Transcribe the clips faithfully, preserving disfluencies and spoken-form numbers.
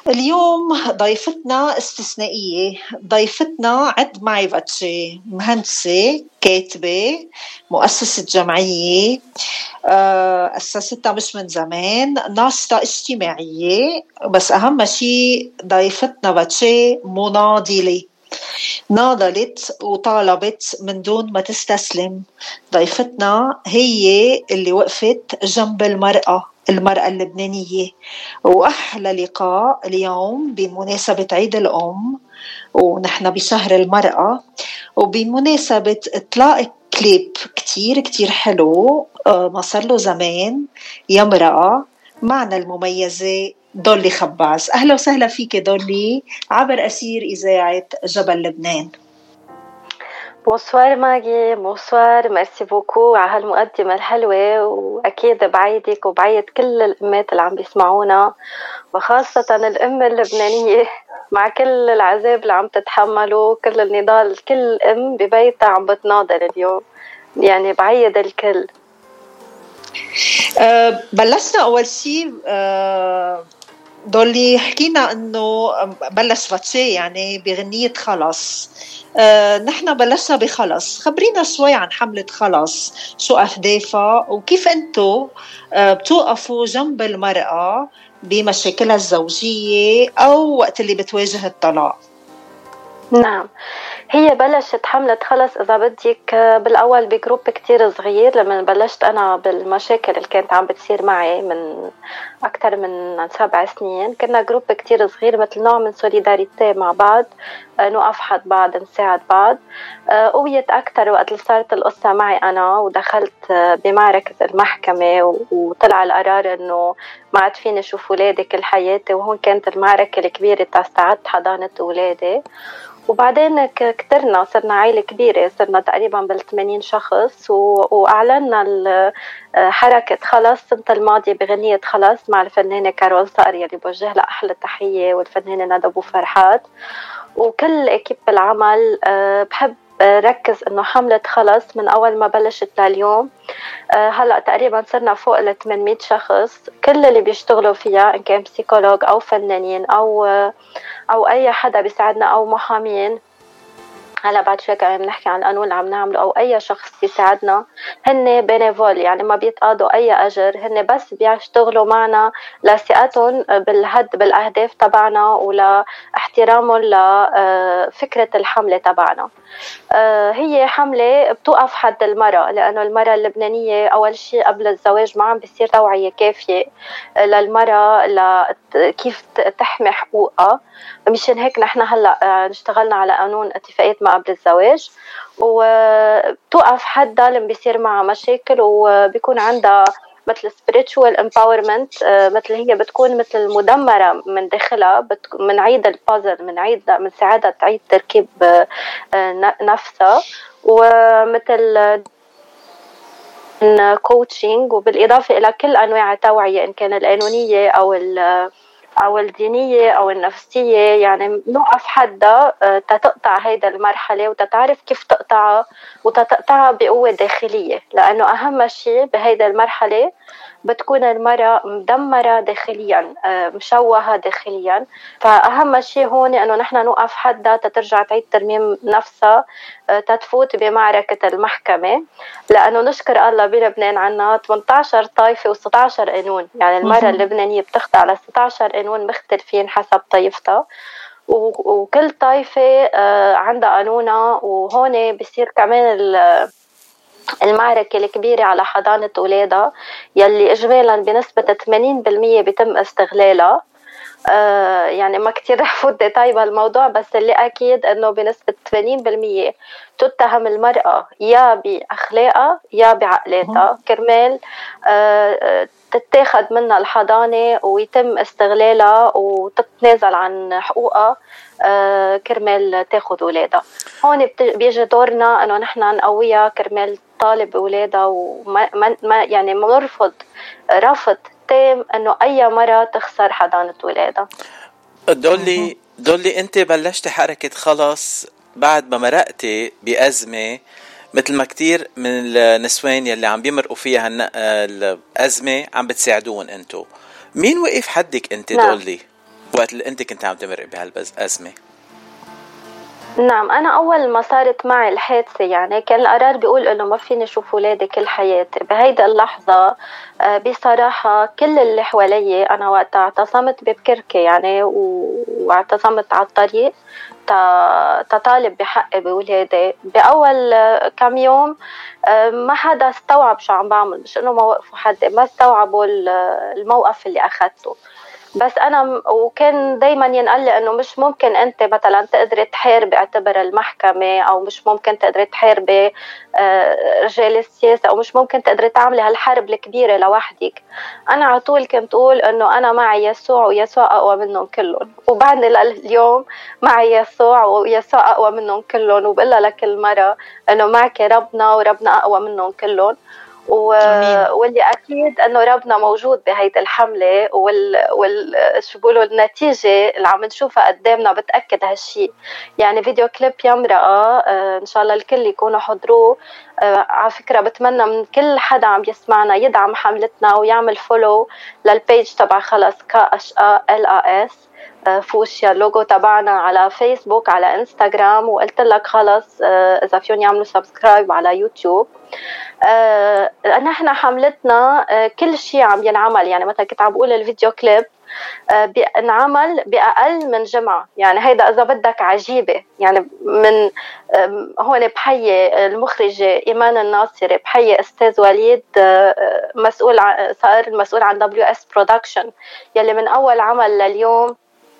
اليوم ضيفتنا استثنائية. ضيفتنا عد معي باتشي مهندسة كاتبة مؤسسة جمعية، أسستها مش من زمان، ناشطة اجتماعية، بس أهم شيء ضيفتنا باتشي مناضلة. ناضلت وطالبت من دون ما تستسلم. ضيفتنا هي اللي وقفت جنب المرأة المرأة اللبنانية. وأحلى لقاء اليوم بمناسبة عيد الأم، ونحن بشهر المرأة، وبمناسبة إطلاق كليب كتير كتير حلو ما صار له زمان، يا امرأة، معنا المميزة دولي خباز. أهلا وسهلا فيك دولي عبر أسير إذاعة جبل لبنان. بونسوار ماجي، بونسوار، ميرسي بوكو على هالمقدمة الحلوة، وأكيد بعيدك وبعيد كل الأمات اللي عم بيسمعونا، وخاصة الأم اللبنانية مع كل العذاب اللي عم تتحمله، كل النضال، كل أم ببيتها عم بتناضل اليوم، يعني بعيد الكل. أه بلشنا أول شيء أه دولي حكينا انه بلش باتشي يعني بغنية خلص. آه نحن بلشنا بخلص، خبرينا شوي عن حملة خلص، شو أهدافها وكيف أنتو آه بتوقفوا جنب المرأة بمشاكلها الزوجية أو وقت اللي بتواجه الطلاق. نعم، هي بلشت حملة خلص إذا بدك بالأول بجروب كتير صغير. لما بلشت أنا بالمشاكل اللي كانت عم بتصير معي من أكتر من سبع سنين، كنا جروب كتير صغير مثل نوع من سوليداريتي مع بعض، نوقف حد بعض، نساعد بعض. قويت أكتر وقت اللي صارت القصة معي أنا ودخلت بمعركة المحكمة، وطلع القرار إنه ما عاد فيني أشوف ولادي كل حياتي، وهون كانت المعركة الكبيرة تستعد حضانة ولادي. وبعدين كترنا، صرنا عائلة كبيرة، صرنا تقريبا بالثمانين شخص، وأعلنا حركة خلص سنة الماضية بغنية خلص مع الفنانة كارول صقر يلي بوجه لها أحلى تحية، والفنانة ندى أبو فرحات وكل إكيب العمل. بحب ركز إنه حملة خلص من أول ما بلشت لليوم هلأ تقريبا صرنا فوق ال ثمانمية شخص، كل اللي بيشتغلوا فيها إن كان بسيكولوج أو فنانين أو أو أي حدا بيساعدنا أو محامين. هلا بعد شوي كمان بنحكي عن القانون اللي عم نعمله، أو أي شخص بيساعدنا، هن بينيفول يعني ما بيتقاضوا أي أجر، هن بس بيشتغلوا معنا لثقتهم بالهد بالأهداف تبعنا ولاحترامهم لفكرة الحملة تبعنا. هي حملة بتوقف حد المرأة، لأنه المرأة اللبنانية أول شيء قبل الزواج ما عم بيصير توعية كافية للمرأة لكيف تحمي حقوقها. مشان هيك نحن هلأ اشتغلنا على قانون اتفاقية ما قبل الزواج، وبتوقف حدها لما بيصير معها مشاكل، وبيكون عندها مثل spiritual empowerment، مثل هي بتكون مثل مدمرة من داخلها، منعيد البازل، منعيد منساعدها تعيد تركيب نفسها، ومثل كوتشنج، وبالإضافة إلى كل أنواع التوعية إن كان القانونية أو أو الدينية أو النفسية. يعني نوقف حدا تتقطع هيدا المرحلة وتتعرف كيف تقطعها، وتتقطعها بقوة داخلية، لأنه أهم شيء بهيدا المرحلة بتكون المرأة مدمرة داخليا، مشوهة داخليا. فأهم شيء هون أنه نحن نوقف حدا تترجع تعيد ترميم نفسها، تتفوت بمعركة المحكمة، لأنه نشكر الله بلبنان عنا ثمانية عشر طائفة و ستة عشر قانون. يعني المرأة اللبنانية بتخضع على ستة عشر قانون مختلفين حسب طائفتها، وكل طائفة عندها قانونها. وهون بيصير كمان المعركة الكبيرة على حضانة أولادها، يلي إجمالا بنسبة ثمانين بالمية بيتم استغلالها. آه يعني ما كتير رح فوت ديتاي بالموضوع، بس اللي أكيد أنه بنسبة ثمانين بالمية تتهم المرأة يا بأخلاقها يا بعقلاتها كرمال آه تتاخد منها الحضانة ويتم استغلالها وتتنازل عن حقوقها آه كرمال تاخد أولادها. هون بيجي دورنا أنه نحن نقويها كرمال طالب أولادها، وما ما يعني منرفض رفض تام انه اي مرة تخسر حضانة ولادها. دولي دولي انت بلشتي حركة خلص بعد ما مرقتي بأزمة مثل ما كتير من النسوان يلي عم بيمرقوا فيها الأزمة عم بتساعدون انتو. مين وقف حدك انت؟ نعم. دولي وقت اللي انت كنت عم تمر بهالأزمة؟ نعم، أنا أول ما صارت معي الحادثة يعني كان القرار بيقول إنه ما فيني أشوف أولادي كل حياتي. بهيدا اللحظة بصراحة كل اللي حوالي أنا وقتها اعتصمت ببكركة يعني واعتصمت على الطريق تطالب بحقي بولادي. بأول كم يوم ما حدا استوعب شو عم بعمل، مش إنه ما وقفوا حد، ما استوعبوا الموقف اللي أخذته. بس أنا وكان دايما ينقل لي إنه مش ممكن أنت مثلا تقدري تحاربي اعتبر المحكمة، أو مش ممكن تقدري تحاربي رجال السياسة، أو مش ممكن تقدري تعملي هالحرب الكبيرة لوحدك. أنا على طول كنت أقول إنه أنا معي يسوع ويسوع أقوى منهم كلهم، وبعدني لليوم معي يسوع ويسوع أقوى منهم كلهم، وبقول لكل مرة إنه معك ربنا وربنا أقوى منهم كلهم. و... واللي أكيد أنه ربنا موجود بهيدي الحملة، وال, وال... شو بقولوا النتيجة اللي عم نشوفها قدامنا بتأكد هالشي. يعني فيديو كليب يا امرأة آه إن شاء الله الكل يكونوا حضروه. آه على فكرة بتمنى من كل حدا عم يسمعنا يدعم حملتنا ويعمل فولو للبيج تبع خلص كاشقا ال اس فوشيا اللوجو تبعنا على فيسبوك على انستغرام، وقلت لك خلص آه إذا فيهم يعملوا سبسكرايب على يوتيوب. آه نحن حملتنا آه كل شيء عم ينعمل، يعني مثلا كنت عم بقول الفيديو كليب آه بينعمل بأقل من جمعة. يعني هيدا إذا بدك عجيبة. يعني من آه هون بحيي المخرجة إيمان الناصري، بحيي أستاذ وليد آه مسؤول عن صار المسؤول عن دبليو إس Production يلي من أول عمل لليوم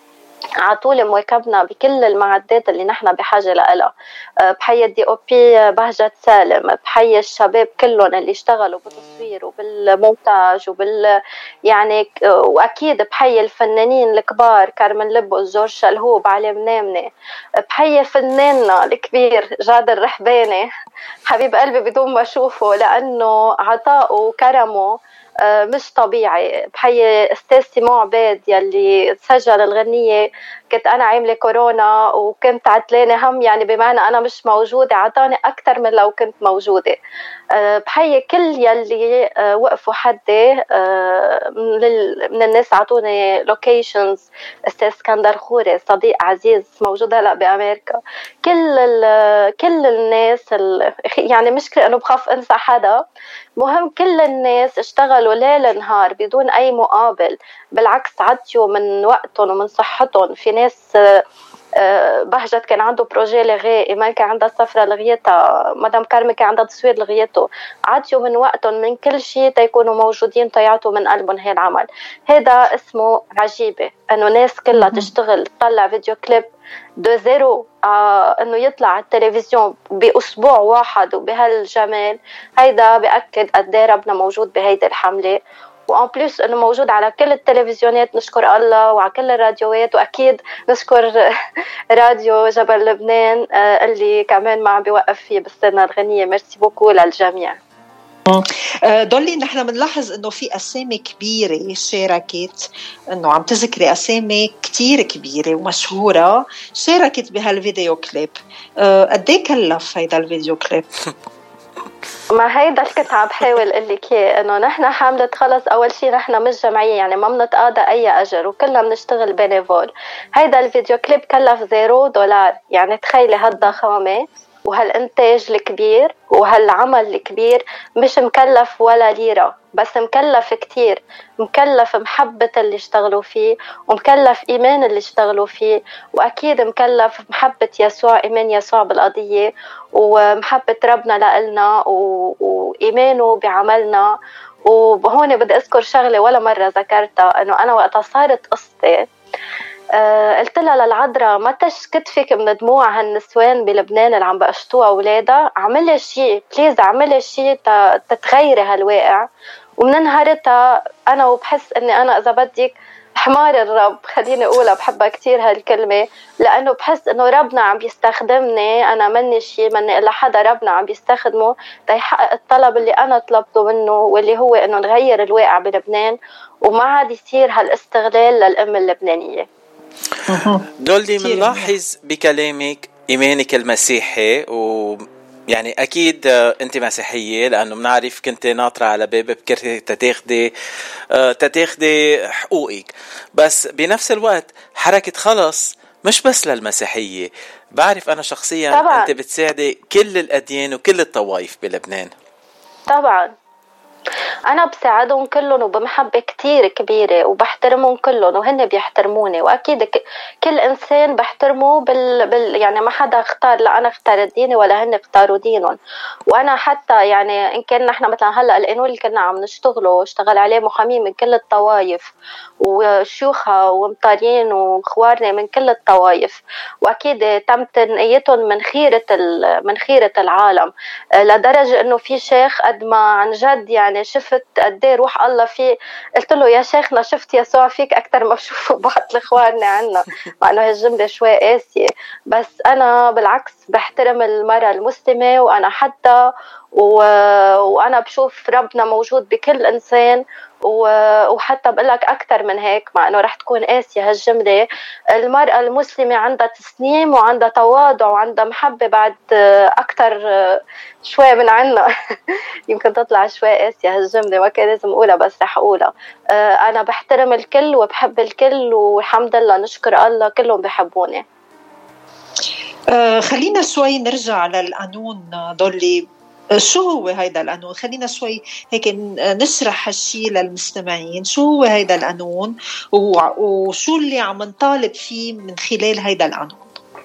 عطول مواكبنا بكل المعدات اللي نحن بحاجة لها. بحيي الدي او بي بهجة سالم، بحيي الشباب كلهم اللي اشتغلوا بالتصوير وبالمونتاج وبال يعني، واكيد بحيي الفنانين الكبار كارمن لبوس، جورج شلهوب، علي منامنة. بحيي فناننا الكبير جاد الرحباني حبيب قلبي بدون ما اشوفه لانه عطاءه وكرمه مش طبيعي. بحيي استاذ سيمون عبيد يلي سجل الغنية كنت أنا عاملة كورونا وكنت عتلانة هم، يعني بمعنى أنا مش موجودة عطاني أكتر من لو كنت موجودة. بحيي كل يلي وقفوا حدي من الناس عطوني لوكيشنز. استاذ اسكندر خوري صديق عزيز موجود هلا بأمريكا. كل كل الناس يعني مشكلة إنه بخاف أنسى حدا. مهم كل الناس اشتغلوا ليل نهار بدون أي مقابل، بالعكس عطيوا من وقتهم ومن صحتهم. في ناس بهجت كان عنده بروجي لغاية، إيمان كان عندها سفرة لغايتها، مدام كارمي كان عندها تصوير لغايته. عطيوا من وقتهم من كل شيء تيكونوا موجودين تيعطوا من قلبهم هي العمل. هذا اسمه عجيبة، إنه ناس كلها تشتغل تطلع فيديو كليب دو زيرو آه انه يطلع على التلفزيون باسبوع واحد وبهالجمال. هيدا بأكد قد ايه ربنا موجود بهيدي الحمله، وان بلس انه موجود على كل التلفزيونات. نشكر الله، وعلى كل الراديوات، واكيد نشكر راديو جبل لبنان آه اللي كمان ما عم بيوقف فيه بالسنه الغنيه. ميرسي بوكو للجميع. دولي نحن بنلاحظ انه في اسامي كبيره شاركت، انه عم تذكري اسامي كتير كبيره ومشهوره شاركت بهالفيديو كليب. قد ايه كلف هيدا الفيديو كليب؟ ما هيدا اللي كنت عم بحاول اقول لك اياه، انه نحن حملة خلص اول شيء نحن مش جمعيه، يعني ما بنتقاضى اي اجر وكلنا بنشتغل بينيفول. هيدا الفيديو كليب كلف زيرو دولار. يعني تخيلي هالضخامه وهالإنتاج الكبير وهالعمل الكبير، مش مكلف ولا ليرة، بس مكلف كتير. مكلف محبة اللي اشتغلوا فيه، ومكلف إيمان اللي اشتغلوا فيه، وأكيد مكلف محبة يسوع، إيمان يسوع بالقضية، ومحبة ربنا لإلنا وإيمانه بعملنا. وهون بدي أذكر شغلة ولا مرة ذكرتها، أنه أنا وقتها صارت قصتي أه قلت لها للعذراء ما تشكتفك من دموع هالنسوان بلبنان اللي عم بقشطوا اولادها، اعملي شيء بليز، اعملي شيء تتغيري هالواقع. ومن نهارتها انا وبحس اني انا اذا بدك حمار الرب، خليني اقولها، بحبها كتير هالكلمه، لانه بحس انه ربنا عم بيستخدمني. انا مني شيء، مني الا حدا ربنا عم بيستخدمه ليحقق الطلب اللي انا طلبته منه، واللي هو انه نغير الواقع بلبنان وما عاد يصير هالاستغلال للأم اللبنانيه. دولي منلاحظ بكلامك إيمانك المسيحي، و يعني أكيد أنت مسيحية، لأنه بنعرف كنت ناطرة على باب بكرة تتاخدي تتاخدي حقوقك، بس بنفس الوقت حركة خلص مش بس للمسيحية. بعرف أنا شخصيا طبعا. أنت بتساعدي كل الأديان وكل الطوائف بلبنان. طبعا أنا بساعدهم كلهم وبمحبة كتير كبيرة وبحترمهم كلهم وهن بيحترموني، وأكيد كل إنسان بحترمه بال... بال... يعني ما حدا اختار، لا أنا اختار ديني ولا هن اختاروا دينهم. وأنا حتى يعني إن كان نحن مثلا هلأ القانون اللي كنا عم نشتغله اشتغل عليه محامين من كل الطوائف وشيوخها ومطارين وخوارنا من كل الطوائف، وأكيد تم تنقيتهم من خيرة ال... من خيرة العالم، لدرجة إنه في شيخ قد ما عن جد يعني شفت قد ايه روح الله فيه، قلت له يا شيخنا شفت يسوع فيك اكثر ما بشوفه بعض الاخوان عنا، مع انه هالجمله شوي قاسيه، بس انا بالعكس بحترم المرأة المسلمه، وانا حتى و... وانا بشوف ربنا موجود بكل انسان، وحتى بقول لك اكثر من هيك، مع انه رح تكون قاسيه هالجمله، المرأة المسلمه عندها تسليم وعندها تواضع وعندها محبه بعد اكثر شوي من عنا. يمكن تطلع شوي قاسيه هالجمله ما كان لازم اقولها بس رح اقولها. انا بحترم الكل وبحب الكل، والحمد لله نشكر الله كلهم بحبوني. خلينا شوي نرجع للقانون دولي. شو هو هيدا القانون؟ خلينا شوي هيك نشرح هالشي للمستمعين. شو هو هيدا القانون وشو اللي عم نطالب فيه من خلال هيدا القانون؟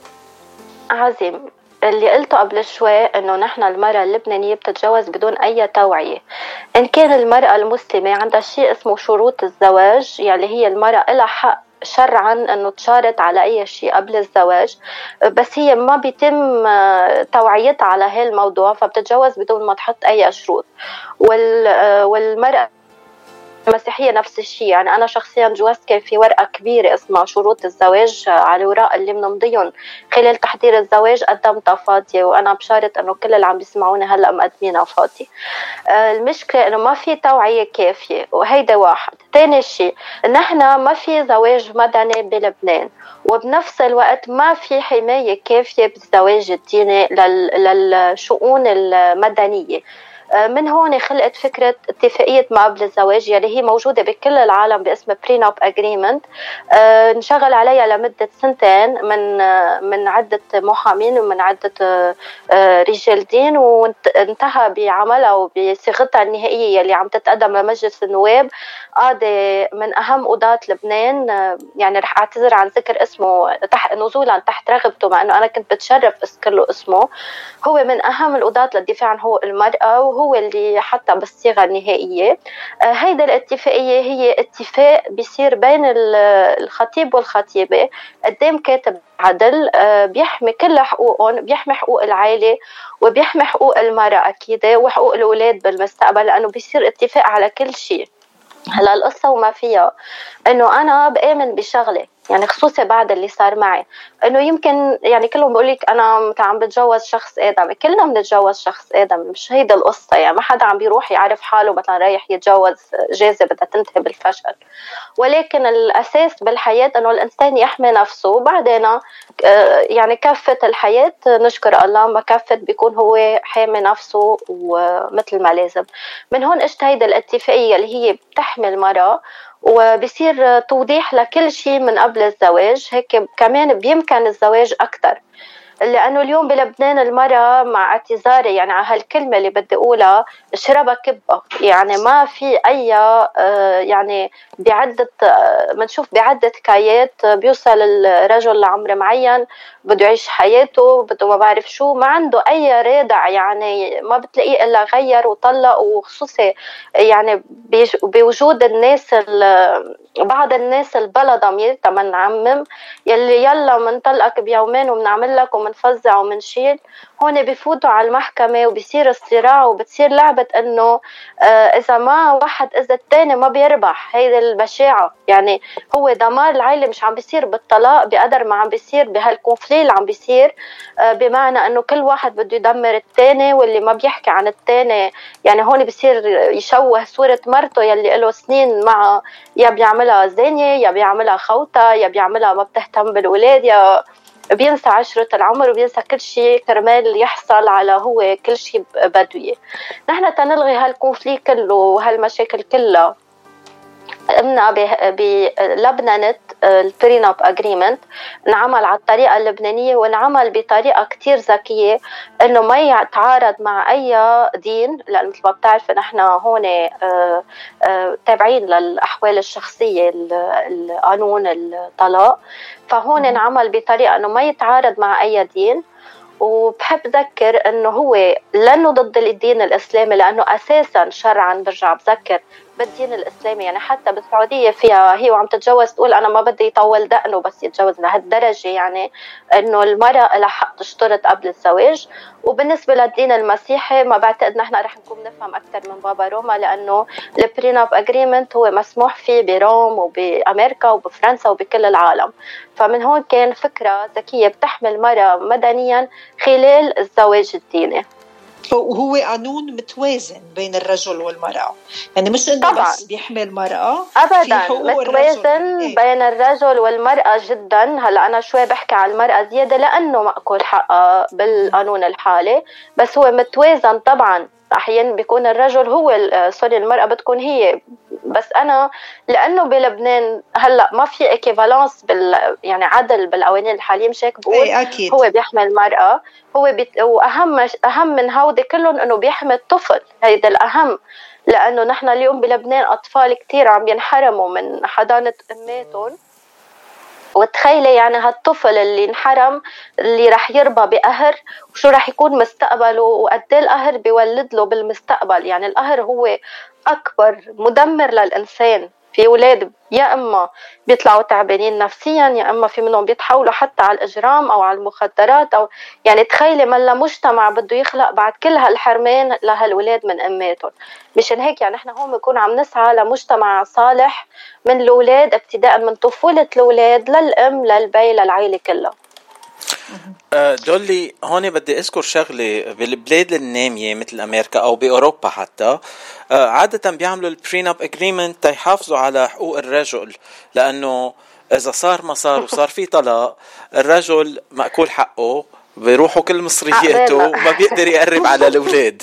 عظيم. اللي قلته قبل شوي انه نحن المرأة اللبنانية بتتجوز بدون اي توعية. ان كان المرأة المسلمة عندها شيء اسمه شروط الزواج، يعني هي المرأة لها حق شرعا انه تشارط على اي شيء قبل الزواج، بس هي ما بيتم توعيتها على هالموضوع، فبتتجوز بدون ما تحط اي شروط. والمرأة المسيحية نفس الشيء، يعني أنا شخصيا جوزت كان في ورقة كبيرة اسمها شروط الزواج على الوراق اللي بنمضيهم خلال تحضير الزواج قدمتها فاضية، وأنا بشارط إنه كل اللي عم بيسمعوني هلأ مقدمينها فاضية. المشكلة إنه ما في توعية كافية، وهيدا واحد. تاني شيء نحن ما في زواج مدني بلبنان، وبنفس الوقت ما في حماية كافية بالزواج الديني للشؤون المدنية. من هون خلقت فكرة اتفاقية ما قبل الزواج، يلي هي موجودة بكل العالم باسم prenup agreement. آه نشغل عليها لمدة سنتين من آه من عدة محامين ومن عدة آه آه رجال دين، وانتهى بعملها وبصيغتها النهائية يلي عم تتقدم لمجلس النواب. قاضي من أهم قضاة لبنان، آه يعني رح أعتذر عن ذكر اسمه تحت نزولا تحت رغبته، مع أنه أنا كنت بتشرف أذكر له اسمه. هو من أهم القضاة للدفاع عن حقوق المرأة، وهو اللي حتى بالصيغة النهائية. آه هيدا الاتفاقية هي اتفاق بيصير بين الخطيب والخطيبة قدام كاتب عدل، آه بيحمي كل حقوقهم، بيحمي حقوق العائلة وبيحمي حقوق المرأة أكيد وحقوق الأولاد بالمستقبل، لأنه بيصير اتفاق على كل شيء. هلا القصة وما فيها إنه أنا بآمن بشغلة، يعني خصوصي بعد اللي صار معي، انه يمكن يعني كلهم بيقول لك انا عم بتجوز شخص ادمي، كلنا بنتجوز شخص ادمي، مش هيدا القصه، يعني ما حدا عم بيروح يعرف حاله مثلا رايح يتجوز جازه بدها تنتهي بالفشل، ولكن الاساس بالحياه انه الانسان يحمي نفسه، وبعدين يعني كافه الحياه نشكر الله ما كافه بيكون هو حامي نفسه ومثل ما لازم. من هون اجت هيدا الاتفاقيه اللي هي بتحمي المراه، وبصير توضيح لكل شيء من قبل الزواج، هيك كمان بيمكن الزواج أكتر، لأنه اليوم بلبنان المرأة مع اعتذاري يعني على هالكلمة اللي بدي أقولها شربة كبة، يعني ما في أي يعني بعدة منشوف بعدة حكايات بيوصل الرجل لعمر معين بده يعيش حياته بده ما بعرف شو، ما عنده أي رادع، يعني ما بتلاقيه إلا غير وطلق، وخصوصي يعني بوجود الناس بعض الناس البلدمير تما نعمم يلي يلا منطلقك بيومين ومنعمل لك ومنفزع ومنشيل، هون بيفوتوا على المحكمة وبيصير الصراع وبتصير لعبة انه آه اذا ما واحد اذا الثاني ما بيربح. هيدا البشاعة، يعني هو دمار العائلة مش عم بيصير بالطلاق بقدر ما عم بيصير بهالكونفلي اللي عم بيصير، آه بمعنى انه كل واحد بده يدمر الثاني، واللي ما بيحكي عن الثاني يعني هون بيصير يشوه صورة مرته يلي له سنين معه، يا بيعملها زانية يا بيعملها خوطة يا بيعملها ما بتهتم بالولاد يا بينسى عشرة العمر وبينسى كل شيء كرمال يحصل على هو كل شيء بدوية. نحن تنلغي هالكونفليكت كله وهالمشاكل كلها قمنا بلبنانة البريناب اجريمنت، انعمل على الطريقة اللبنانية وانعمل بطريقة كتير ذكية انه ما يتعارض مع اي دين، لأن مثل ما بتعرف نحن هون تابعين للأحوال الشخصية القانون الطلاق، فهون انعمل بطريقة انه ما يتعارض مع اي دين. وبحب ذكر انه هو لانه ضد الدين الاسلامي، لانه اساسا شرعا برجع بذكر بالدين الاسلامي، يعني حتى بالسعوديه فيها هي وعم تتجوز تقول انا ما بدي يطول دقنه بس يتجوز لهالدرجه، يعني انه المراه لها حق تشترط قبل الزواج. وبالنسبه للدين المسيحي ما بعتقد نحن رح نكون نفهم اكثر من بابا روما، لانه البريناب اجريمنت هو مسموح فيه بروم وبامريكا وبفرنسا وبكل العالم. فمن هون كان فكره ذكيه بتحمي المراه مدنيا خلال الزواج الديني، وهو قانون متوازن بين الرجل والمرأة، يعني مش انه طبعاً. بس بيحمي المرأة، ابدا متوازن إيه؟ بين الرجل والمرأة جدا. هلا انا شوي بحكي على المرأة زيادة لانه مأكول حقها بالقانون الحالي، بس هو متوازن طبعا. احيانا بيكون الرجل هو سوري المرأة بتكون هي، بس انا لانه بلبنان هلا ما في ايكيفالانس بال يعني عدل بالقوانين الحاليه، مش هيك بقول إيه هو بيحمي المرأة. هو بيت... واهم اهم من هودي كلهم انه بيحمي الطفل، هيدا الاهم، لانه نحن اليوم بلبنان اطفال كتير عم ينحرموا من حضانه اماتهم. وتخيلي يعني هالطفل اللي انحرم اللي رح يربى بقهر وشو رح يكون مستقبله، وقد ايه القهر بيولد له بالمستقبل. يعني القهر هو اكبر مدمر للانسان. في اولاد يا اما بيطلعوا تعبانين نفسيا، يا اما في منهم بيتحولوا حتى على الاجرام او على المخدرات، او يعني تخيلي ما لا مجتمع بده يخلق بعد كل هالحرمان لهالولاد من اماتهم. مشان هيك يعني احنا هون بنكون عم نسعى لمجتمع صالح من الاولاد، ابتداء من طفوله الاولاد للام للبي للعائله كلها. دولي هون بدي اذكر شغله، بالبلاد الناميه مثل امريكا او باوروبا حتى عاده بيعملوا البريناب اجريمنت تيحافظوا على حقوق الرجل، لانه اذا صار ما صار وصار في طلاق الرجل مأكول حقه، بيروحوا كل مصرياته وما بيقدر يقرب على الاولاد.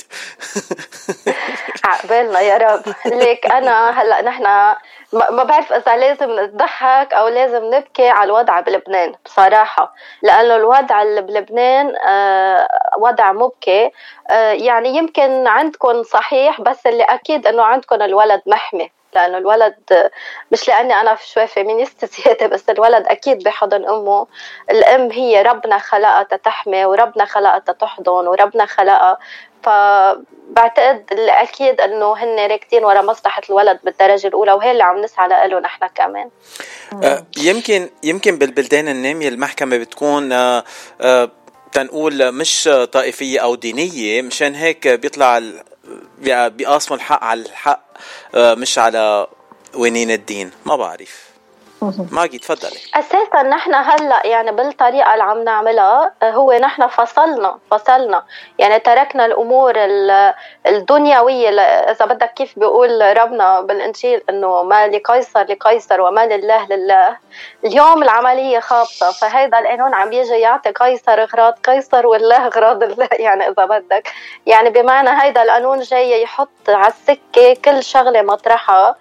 عقبالنا يا رب. ليك انا هلا نحن ما بعرف اذا لازم نضحك او لازم نبكي على الوضع بلبنان بصراحه، لانه الوضع اللي بلبنان وضع مبكي. يعني يمكن عندكم صحيح، بس اللي اكيد انه عندكم الولد محمي، لأنه الولد مش لأني أنا شوي فيمينيست زيادة، بس الولد أكيد بحضن أمه. الأم هي ربنا خلقها تتحمي وربنا خلقها تحضن وربنا خلقها، فبعتقد الأكيد أنه هن راكدين ورا مصلحة الولد بالدرجة الأولى، وهي اللي عم نسعى له نحن كمان. آه يمكن يمكن بالبلدان النامية المحكمة بتكون آه آه تنقول مش طائفية أو دينية، مشان هيك بيطلع بيقاسموا الحق على الحق مش على ونين الدين. ما بعرف. ماجي تفضلي. اساسا نحن هلا يعني بالطريقه اللي عم نعملها هو نحن فصلنا فصلنا يعني تركنا الامور الدنيويه، اذا بدك كيف بيقول ربنا بالانجيل انه ما لقيصر لقيصر وما لله لله. اليوم العمليه خابطه، فهيدا القانون عم يجي يعطي قيصر اغراض قيصر والله اغراض الله، يعني اذا بدك يعني بمعنى هيدا القانون جاي يحط على السكه كل شغله مطرحها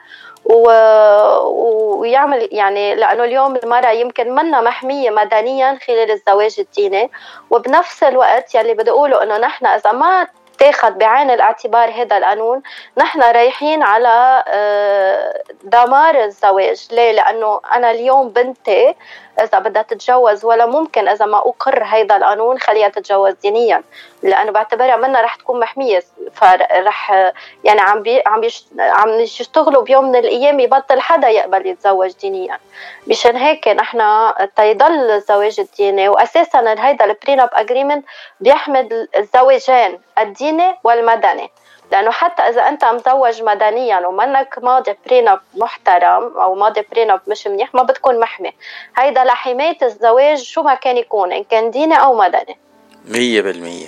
ويعمل يعني، لأنه اليوم المرأة يمكن منا محمية مدنيا خلال الزواج الديني، وبنفس الوقت يلي بدي أقوله أنه نحن إذا ما تاخد بعين الاعتبار هذا القانون نحن رايحين على دمار الزواج. ليه؟ لأنه أنا اليوم بنتي إذا بدها تتجوز ولا ممكن إذا ما أقر هيدا القانون خليها تتجوز دينيا، لأنه بعتبرها منها رح تكون محمية، فرح يعني عم بي عم بيش عم يشتغلوا بيوم من الأيام يبطل حدا يقبل يتزوج دينيا. مشان هيك نحن تيضل الزواج الديني، وأساسا هيدا البريناب أجريمنت بيحمل الزواجين الديني والمدني، لأنه حتى إذا أنت مزوج مدنيا ومنك ماضي بريناب محترم أو ماضي بريناب مش منيح ما بتكون محمي. هيدا لحماية الزواج شو ما كان يكون، إن كان ديني أو مدني. مية بالمية.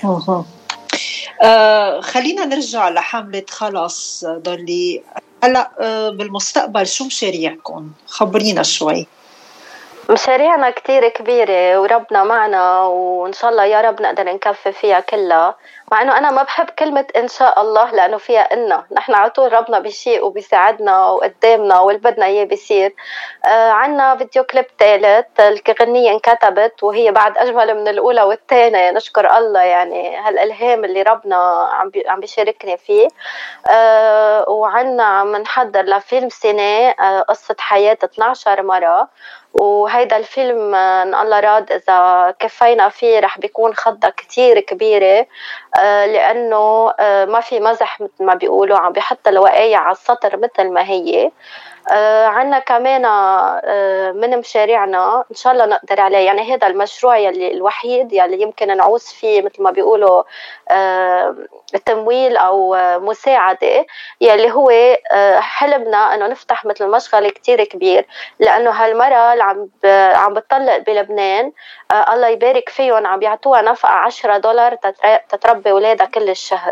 آه خلينا نرجع لحملة خلص دولي. هلأ آه بالمستقبل شو مشاريعكم؟ خبرينا شوي. مشاريعنا كتير كبيرة وربنا معنا، وإن شاء الله يا رب نقدر نكفي فيها كلها. مع إنه أنا ما بحب كلمة إن شاء الله، لأنه فيها إنه نحن على طول ربنا بشيء وبيساعدنا وقدامنا واللي بدنا إياه بيصير. آه عنا فيديو كليب ثالث، الغنية انكتبت وهي بعد أجمل من الأولى والثانية، نشكر الله يعني هالإلهام اللي ربنا عم بي عم بيشاركني فيه. آه وعنا عم نحضر لفيلم سنة، آه قصة حياة اثناشر مرة، وهيدا الفيلم إن الله راد إذا كفينا فيه رح بيكون خضة كتير كبيرة، لأنه ما في مزح مثل ما بيقولوا، عم بيحط الوقايع على السطر مثل ما هي. عنا كمان من مشاريعنا إن شاء الله نقدر عليه، يعني هذا المشروع يلي الوحيد يلي يمكن نعوز فيه مثل ما بيقولوا تمويل أو مساعدة، يلي هو حلمنا إنه نفتح مثل مشغل كتير كبير، لأنه هالمرة اللي عم عم بتطلق بلبنان الله يبارك فيهم عم بيعطوها نفقة عشرة دولار تتربي ولادها كل الشهر،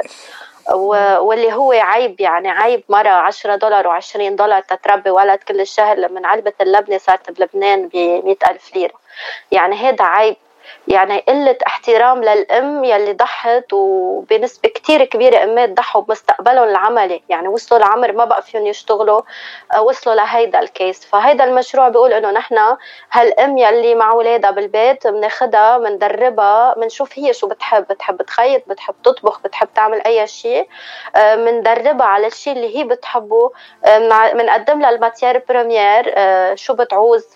واللي هو عيب، يعني عيب مرة عشرة دولار وعشرين دولار تتربي ولد كل الشهر، لما علبة اللبنة صارت بلبنان بمئة ألف ليرة، يعني هذا عيب، يعني قلة احترام للأم يلي ضحت، وبنسبة كتير كبيرة أمات ضحوا بمستقبلهم العملي، يعني وصلوا العمر ما بقى فيهم يشتغلوا، وصلوا لهيدا الكيس. فهيدا المشروع بيقول إنه نحنا هالأم يلي مع ولادها بالبيت بناخدها بندربها، بنشوف هي شو بتحب، بتحب تخيط، بتحب تطبخ، بتحب تعمل أي شيء، بندربها على الشيء اللي هي بتحبه، بنقدم لها الماتير بريمير شو بتعوز.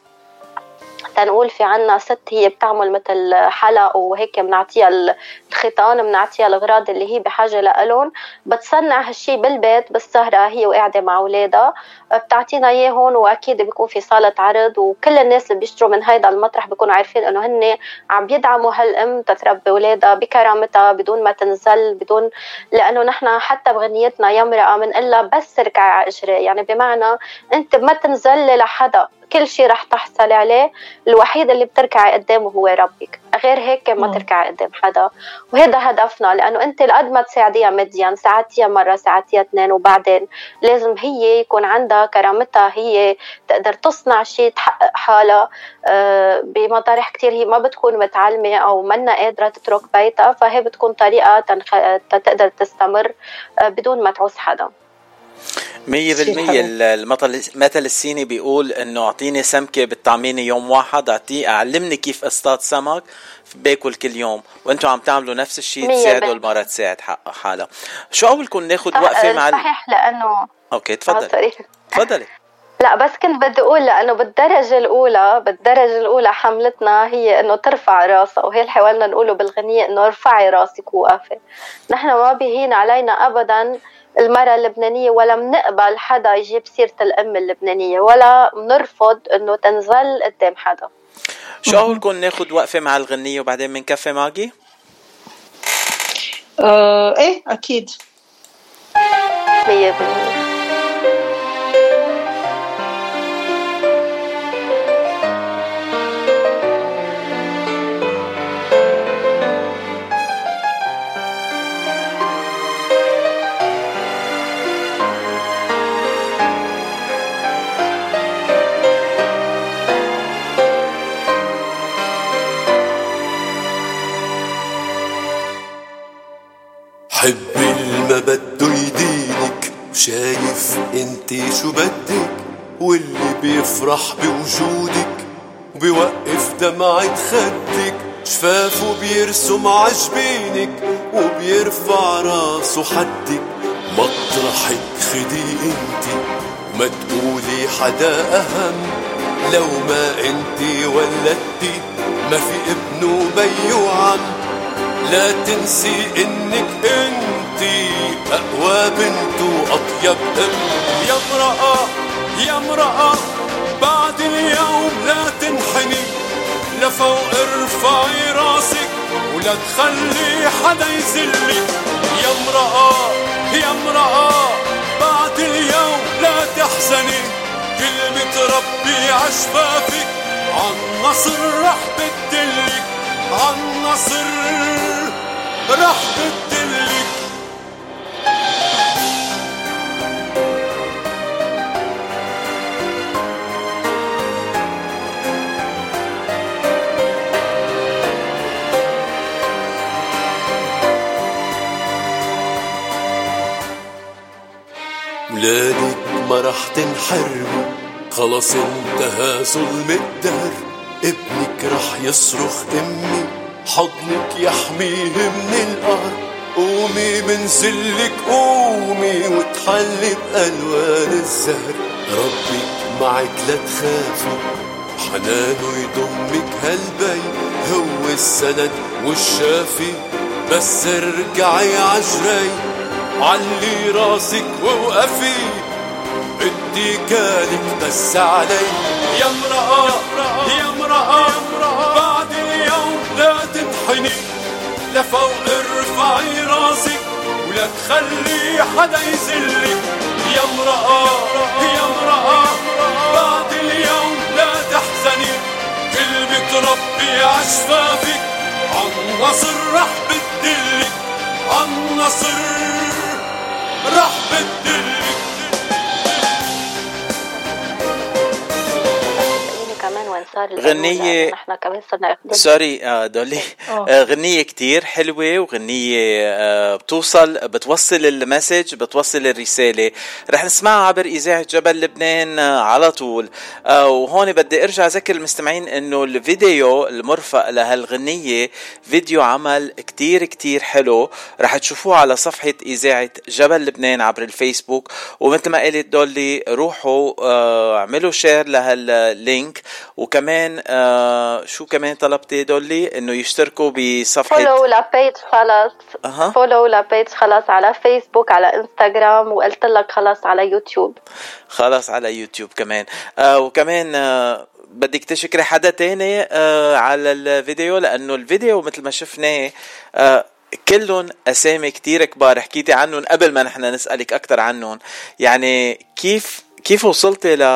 تنقول في عنا ست هي بتعمل مثل حلق وهيك، بنعطيها الخيطان، بنعطيها الأغراض اللي هي بحاجة لألون، بتصنع هالشي بالبيت بالسهرة هي وقاعدة مع أولادها، بتعطينا إياهم، وأكيد بيكون في صالة عرض، وكل الناس اللي بيشتروا من هيدا المطرح بيكونوا عارفين إنه هن عم بيدعموا هالأم تتربي أولادها بكرامتها بدون ما تنزل، بدون، لأنه نحن حتى بغنيتنا يا امرأة منقلها بس ركعي على إجري، يعني بمعنى أنت ما تنزل لحدا، كل شيء رح تحصل عليه، الوحيد اللي بتركعي قدامه هو ربك، غير هيك ما تركعي قدام حدا. وهذا هدفنا، لأنه أنت قد ما تساعديها ماديا، ساعدتيها مرة، ساعدتيها اثنين، وبعدين لازم هي يكون عندها كرامتها، هي تقدر تصنع شيء، تحقق حالها أه بمطارح كتير هي ما بتكون متعلمة أو منا قادرة تترك بيتها، فهي بتكون طريقة تنخ... تقدر تستمر أه بدون ما تعوز حدا. مية بالمية. المثل الصيني بيقول انه اعطيني سمكة بتطعميني يوم واحد، اعطيه اعلمني كيف اصطاد سمك باكل كل يوم، وانتم عم تعملوا نفس الشيء، تساعدوا المرأة تساعد حالها. شو اول كن ناخد وقفة مع صحيح، لانه اوكي تفضلي تفضلي. لا بس كنت بدي اقول، لانه بالدرجه الاولى بالدرجه الاولى حملتنا هي انه ترفع راسها، وهي اللي حاولنا نقوله بالغنية انه ارفعي راسك وقفي. نحن ما بيهين علينا ابدا المرأة اللبنانية، ولا منقبل حدا يجيب سيرة الأم اللبنانية، ولا منرفض إنه تنزل قدام حدا. شو أقولكم ناخد وقفة مع الغنية وبعدين من كفي ماجي؟ آه إيه أكيد مية بالمية. حب الما بده يدينك، وشايف انتي شو بدك، واللي بيفرح بوجودك وبيوقف دمعة خدك، شفافه بيرسم عجبينك وبيرفع راسه حدك. مطرحك خدي انتي وما تقولي حدا اهم، لو ما انتي ولدتي ما في ابن وبي وعم. لا تنسي انك انتي اقوى بنت واطيب ام. يا امرأة يا امرأة بعد اليوم لا تنحني لفوق، ارفعي راسك ولا تخلي حدا يذلك. يا امرأة يا امرأة بعد اليوم لا تحزني، كلمة ربي عشفافك عالنصر رح بدلك، عالنصر رح بدلك. ما رح تنحرمي، خلاص انتهى ظلم الدهر، ابنك رح يصرخ امي، حضنك يحميه من القهر. قومي من ذلك قومي وتحلي بألوان الزهر، ربك معك لا تخافي، حنانه يضمك هالبي، هو السند والشافي. بس ارجعي عجري، علي راسك ووقفي، بدي كالك بس علي. يا امرأة يا امرأة بعد اليوم لا تنحني، لفوق ارفعي راسك ولا تخلي حدا يذلك. يا امرأة يا امرأة بعد اليوم لا تحزني، كلمة ربي عشفافك، عالنصر رح بدلك، عالنصر رح بدلك. كمان وين صار غنية نحن كمان صرنا سوري آه دولي آه غنية كتير حلوة، وغنية آه بتوصل بتوصل المسج، بتوصل الرسالة. رح نسمعها عبر إذاعة جبل لبنان آه على طول. آه وهون بدي ارجع اذكر المستمعين انه الفيديو المرفق لهالغنية فيديو عمل كتير كتير حلو، رح تشوفوه على صفحة إذاعة جبل لبنان عبر الفيسبوك. ومثل ما قالت دولي روحوا آه اعملوا شير لهاللينك، وكمان آه شو كمان طلبتي دولي انه يشتركوا بصفحه فولو لبيج خلاص أه. فولو لبيج خلاص على فيسبوك، على انستغرام، وقلت لك خلاص على يوتيوب، خلاص على يوتيوب كمان. آه وكمان آه بدك تشكري حدا تاني آه على الفيديو، لانه الفيديو مثل ما شفناه آه كلهم أسامي كتير كبار، حكيتي عنهم قبل ما نحن نسألك أكتر عنهم. يعني كيف كيف وصلتي ل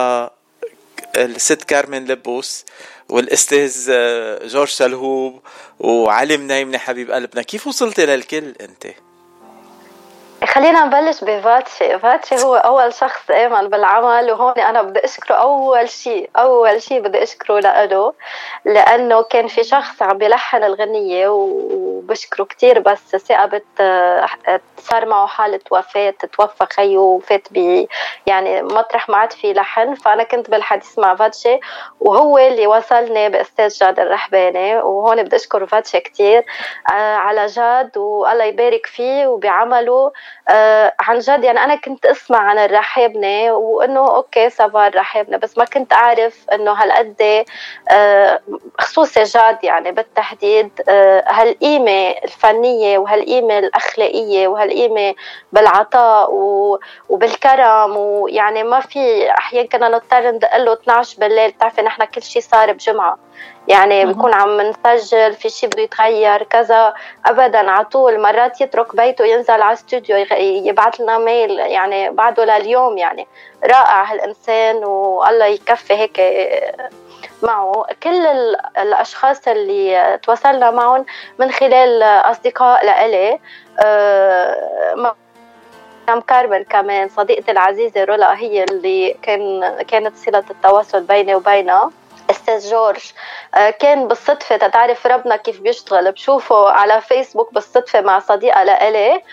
الست كارمن لبوس والاستاذ جورج سلهوب وعلي منايمني حبيب قلبنا، كيف وصلتي للكل انت؟ خلينا نبلش بفاتشي. فاتشي هو أول شخص آمن بالعمل، وهون أنا بدي أشكره. أول شيء أول شيء بدي أشكره لأله، لأنه كان في شخص عم بيلحن الغنية وبشكره كتير، بس ثقبت صار معه حالة وفاة، توفى خيه وفات ب يعني مطرح ما عاد في لحن. فأنا كنت بالحديث مع فاتشي، وهو اللي وصلني بأستاذ جاد الرحباني. وهون بدي أشكر فاتشي كتير على جاد، والله يبارك فيه وبعمله. آه عن جد يعني أنا كنت أسمع عن الرحابنة وإنه أوكي سافا الرحابنة، بس ما كنت أعرف إنه هالقد آه خصوصي جاد يعني بالتحديد آه هالقيمة الفنية وهالقيمة الأخلاقية وهالقيمة بالعطاء وبالكرم. ويعني ما في أحيان كنا نضطر ندق له اثنعش بالليل، بتعرفي نحن كل شيء صار بجمعة، يعني بيكون عم نسجل في شيء بده يتغير كذا، ابدا عطول. مرات يترك بيته ينزل على استوديو يبعث لنا ميل، يعني بعده لليوم. يعني رائع هالانسان، والله يكفي هيك معه. كل الاشخاص اللي تواصلنا معهم من خلال اصدقاء لإلي، أه مدام كارمن كمان صديقتي العزيزه رولا، هي اللي كان كانت صله التواصل بيني وبينها. أستاذ جورج كان بالصدفة، تعرف ربنا كيف بيشتغل، بشوفه على فيسبوك بالصدفة مع صديقة لإلي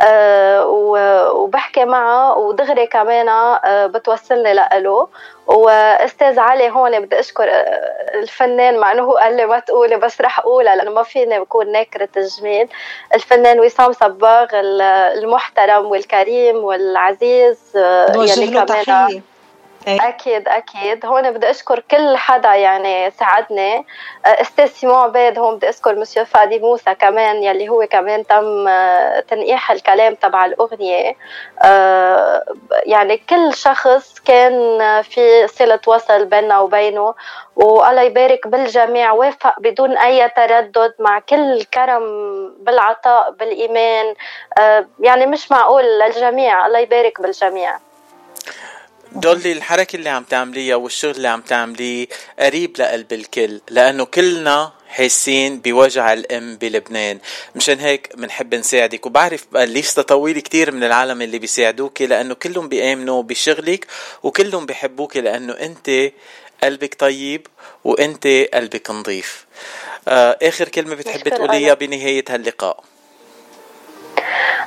وبحكي معه، ودغري كمان بتوصلني لإله. وأستاذ علي هون بدي أشكر الفنان، مع أنه هو قال لي ما تقولي بس رح أقولها لأنه ما فيني بكون ناكرة الجميل. الفنان وسام صباغ المحترم والكريم والعزيز، يلي كمان أكيد أكيد هون بدي أشكر كل حدا يعني ساعدني. أستاذ سيمون عبيد، هون بدي أشكر مسيو فادي موسى كمان، يلي هو كمان تم تنقيح الكلام تبع الأغنية. يعني كل شخص كان في صلة وصل بيننا وبينه، والله يبارك بالجميع، وافق بدون أي تردد مع كل كرم بالعطاء بالإيمان. يعني مش معقول للجميع، الله يبارك بالجميع. دولي الحركة اللي عم تعمليها والشغل اللي عم تعمليه قريب لقلب الكل، لأنه كلنا حاسين بوجع الأم بلبنان، مشان هيك منحب نساعدك. وبعرف ليش طويل كتير من العالم اللي بيساعدوك، لأنه كلهم بيآمنوا بشغلك وكلهم بيحبوك، لأنه أنت قلبك طيب وأنت قلبك نظيف. آه آخر كلمة بتحب تقوليها بنهاية هاللقاء؟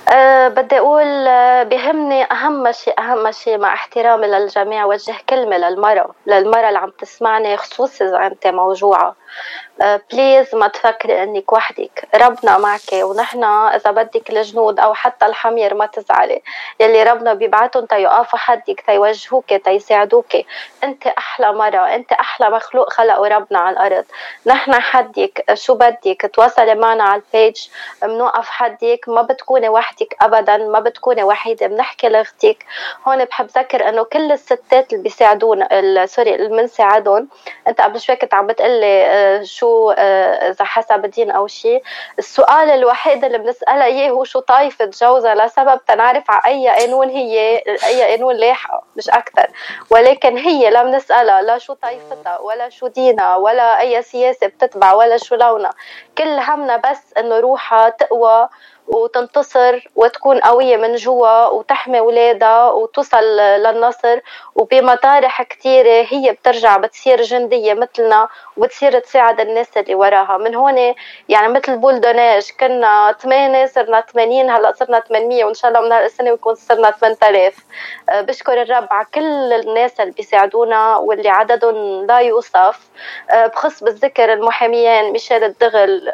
أه بدي أقول بهمني أهم شيء أهم شيء مع احترامي للجميع وجه كلمة للمرأة للمرأة اللي عم تسمعني خصوصي إذا أنت موجوعة. أه بليز ما تفكري أنك وحدك، ربنا معك، ونحن إذا بدك الجنود أو حتى الحمير ما تزعلي يلي ربنا بيبعتهم تيوقفوا حدك تيوجهوك تيساعدوك. أنت أحلى مرة، أنت أحلى مخلوق خلقه ربنا على الأرض. نحن حدك، شو بدك تواصلي معنا على البيج، منوقف حدك، ما بتكوني وحدك أبدا، ما بتكوني وحيدة، بنحكي لأختك. هون بحب ذكر أنه كل الستات اللي بيساعدون سوري اللي بنساعدهم، أنت قبل شوي كنت عم بتقلي شو إذا حسب الدين أو شيء، السؤال الوحيد اللي بنسألها إياه هو شو طائفة جوزها، لسبب تنعرف على أي قانون هي، أي قانون لاحقة مش أكتر. ولكن هي لا بنسألها لا شو طائفتها ولا شو دينها ولا أي سياسة بتتبع ولا شو لونها، كل همنا بس إنه روحها تقوى وتنتصر وتكون قوية من جوا وتحمي ولادها وتوصل للنصر. وبمطارح كتيرة هي بترجع بتصير جندية مثلنا وبتصير تساعد الناس اللي وراها. من هون يعني مثل بولدوناج كنا ثمانية صرنا ثمانين، هلأ صرنا ثمانمية، وإن شاء الله من هالسنة بيكون صرنا ثمانية آلاف. بشكر الرب على كل الناس اللي بيساعدونا واللي عددهم لا يوصف. بخص بالذكر المحاميين ميشيل الدغل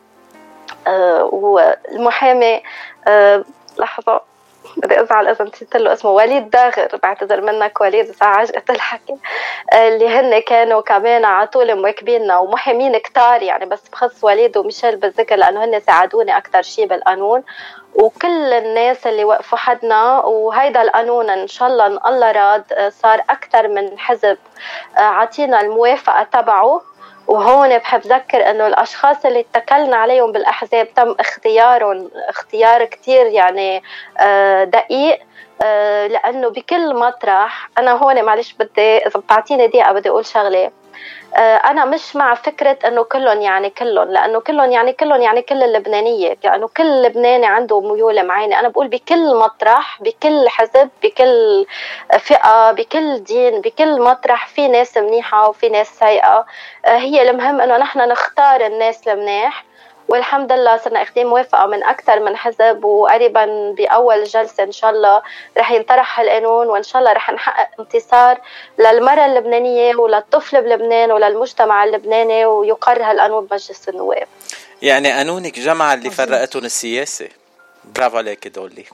أه والمحامي أه لحظة بدي أزعل إذا نسيت له اسمه، وليد داغر، بعتذر منك وليد إذا عجقت الحكي، أه اللي هن كانوا كمان عطول مواكبيننا ومحامين كتار يعني، بس بخص وليد وميشيل بالذكر لأنه هن ساعدوني أكتر شي بالقانون، وكل الناس اللي وقفوا حدنا. وهيدا القانون إن شاء الله إن الله راد صار أكتر من حزب أه عطينا الموافقة تبعه. وهون بحب ذكر انه الاشخاص اللي اتكلنا عليهم بالاحزاب تم اختيارهم اختيار كتير يعني دقيق، لانه بكل مطرح انا هون معلش بدي اذا بتعطيني دقيقه بدي اقول شغله. أنا مش مع فكرة أنه كلهم يعني كلهم، لأنه كلهم يعني كلهم يعني كل اللبنانية، لأنه كل لبناني عنده ميول معينة. أنا بقول بكل مطرح، بكل حزب، بكل فئة، بكل دين، بكل مطرح في ناس منيحة وفي ناس سيئة. هي المهم أنه نحن نختار الناس المنيح، والحمد لله صرنا اخذين موافقة من أكثر من حزب، وقريبا بأول جلسة إن شاء الله رح ينطرح القانون، وإن شاء الله رح نحقق انتصار للمرأة اللبنانية وللطفل بلبنان وللمجتمع اللبناني، ويقر هالقانون بمجلس النواب. يعني قانونك جمع اللي فرقتهم السياسة. برافو عليك دولي.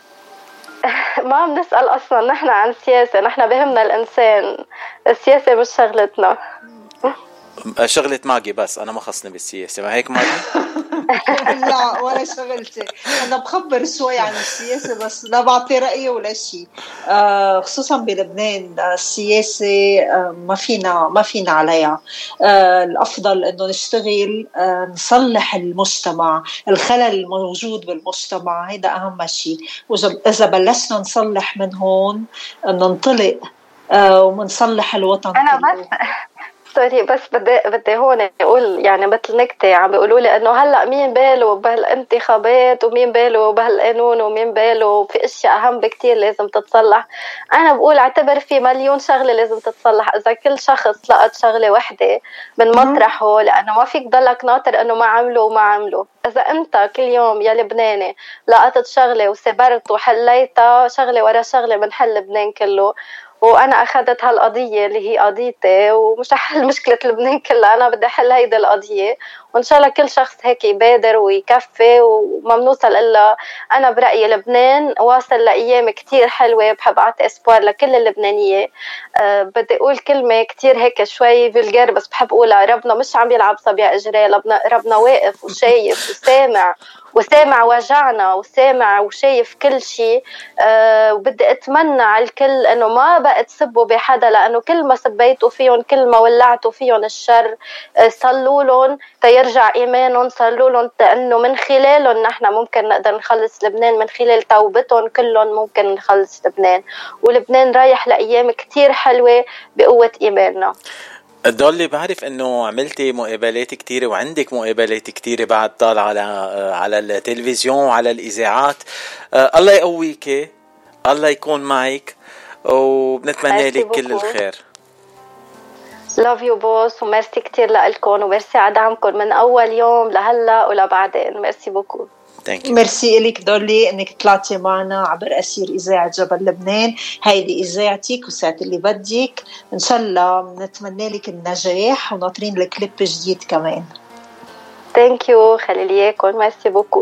ما بنسأل أصلا نحن عن سياسة، نحن بهمنا الإنسان، السياسة مش شغلتنا. شغلة ماجي بس، أنا ما خصني بالسياسة، ما هيك ماجي؟ لا ولا شغلتي، أنا بخبر شوي عن السياسة بس لا بعطي رأيي ولا شيء. آه خصوصا بلبنان السياسة آه ما فينا ما فينا عليها. آه الأفضل إنه نشتغل آه نصلح المجتمع، الخلل الموجود بالمجتمع هيدا أهم شيء. وإذا بلشنا نصلح من هون ننطلق آه ومنصلح الوطن. أنا بس سوري بس بدي بدي هون اقول يعني مثل نكته عم بيقولوا لي انه هلا مين باله بهالانتخابات ومين باله بهالقانون ومين باله في اشياء اهم بكتير لازم تتصلح. انا بقول اعتبر في مليون شغله لازم تتصلح. اذا كل شخص لقت شغله وحده من مطرحه، لانه ما فيك ضلك ناطر انه ما عملوا وما عملوا. اذا انت كل يوم يا لبناني لقطت شغله وسبرت وحليتها شغله ورا شغله بنحل لبنان كله. وانا اخذت هالقضيه اللي هي قضيتي ومش حل مشكله لبنان كلها، انا بدي احل هيدي القضيه، وان شاء الله كل شخص هيك يبادر ويكفي وما بنوصل الا. انا برايي لبنان واصل لايام كتير حلوه، بحب اعطي اسبوار لكل اللبنانيه. أه بدي اقول كلمه كتير هيك شوي فيلجير بس بحب اقولها، ربنا مش عم يلعب صبيع اجري، ربنا ربنا واقف وشايف وسامع وسامع وجعنا وسامع وشايف كل شيء. أه وبدي اتمنى على الكل انه ما بقى تسبوا بحدا، لانه كل ما سبيتوا فيهم كل ما ولعتوا فيهم الشر. أه صلوا لهم تيرجع ايمانهم، صلوا لهم انه من خلالهم نحن ممكن نقدر نخلص لبنان، من خلال توبتهم كلهم ممكن نخلص لبنان، ولبنان رايح لايام كتير حلوه بقوه ايماننا. دولي بعرف انه عملتي مقابلات كتيرة وعندك مقابلات كتيرة بعد طالعة على على التلفزيون وعلى الاذاعات. أه الله يقويك، الله يكون معك، وبنتمنى لك كل الخير. love you boss، وميرسي كتير لكم، وميرسي على دعمكم من اول يوم لهلا ولبعدين. ميرسي بوكو. ميرسي لك دولي انك طلعتي معنا عبر أسير إذاعة جبل لبنان. هيدي إذاعتك وساعة اللي بدك، إن شاء الله نتمنى لك النجاح وناطرين الكليب جديد كمان. ثانك يو، خلي لي اياكم، ميرسي بوكو.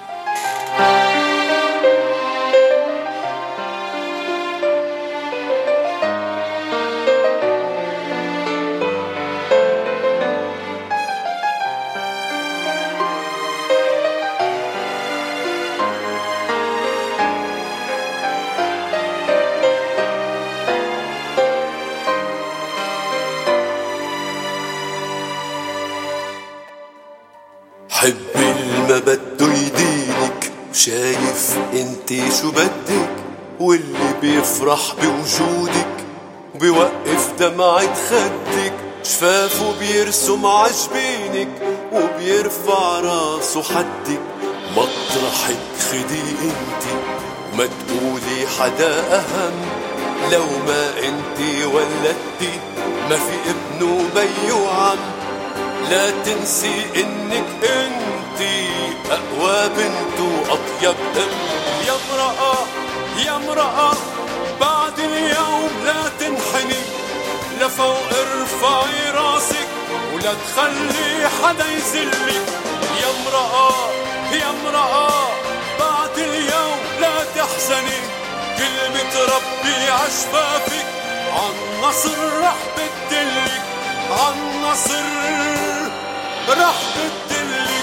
حبي الما بده يدينك، وشايف انتي شو بدك، واللي بيفرح بوجودك وبيوقف دمعة خدك، شفافه بيرسم عجبينك وبيرفع راسه حدك. مطرحك خدي انتي وما تقولي حدا اهم، لو ما انتي ولدتي ما في ابن وبي وعم. لا تنسي انك انتي اقوى بنت واطيب ام. يا امرأة يا امرأة بعد اليوم لا تنحني، لفوق ارفعي راسك ولا تخلي حدا يذلك. يا امرأة يا امرأة بعد اليوم لا تحزني، كلمة ربي عشفافك عالنصر رح بدلك، عالنصر رح بدلك.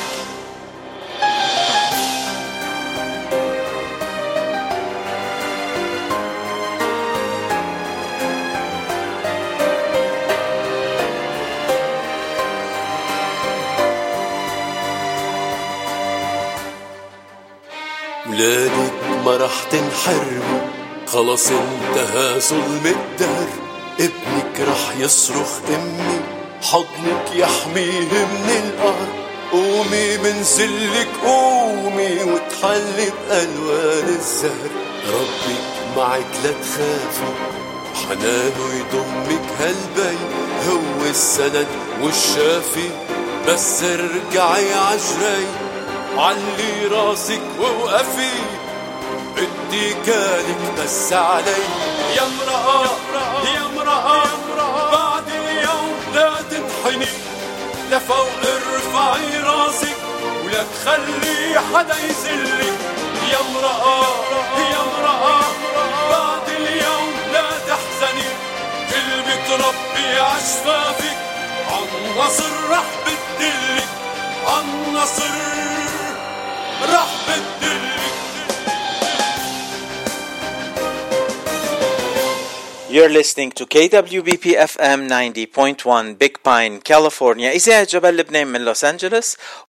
ولادك ما رح تنحرموا، خلص انتهى ظلم الدهر. ابنك رح يصرخ امي، حضنك يحميه من القهر. قومي من ذلك قومي وتحلي بألوان الزهر. ربك معك لا تخافي، حنانه يضمك هالبي، هو السند والشافي. بس ارجعي عجري، علي راسك ووقفي، بدي كالك بس علي. يا امرأة يا امرأة بعد اليوم لا تنحني، لفوق ارفعي راسك ولا تخلي حدا يذلك. يا امرأة يا امرأة بعد اليوم لا تحزني، كلمة ربي عشفافك عالنصر رح بدلك، عالنصر رح بدلك. You're listening to K W B P F M ninety point one Big Pine, California. إذاعة جبل لبنان من لوس أنجلوس.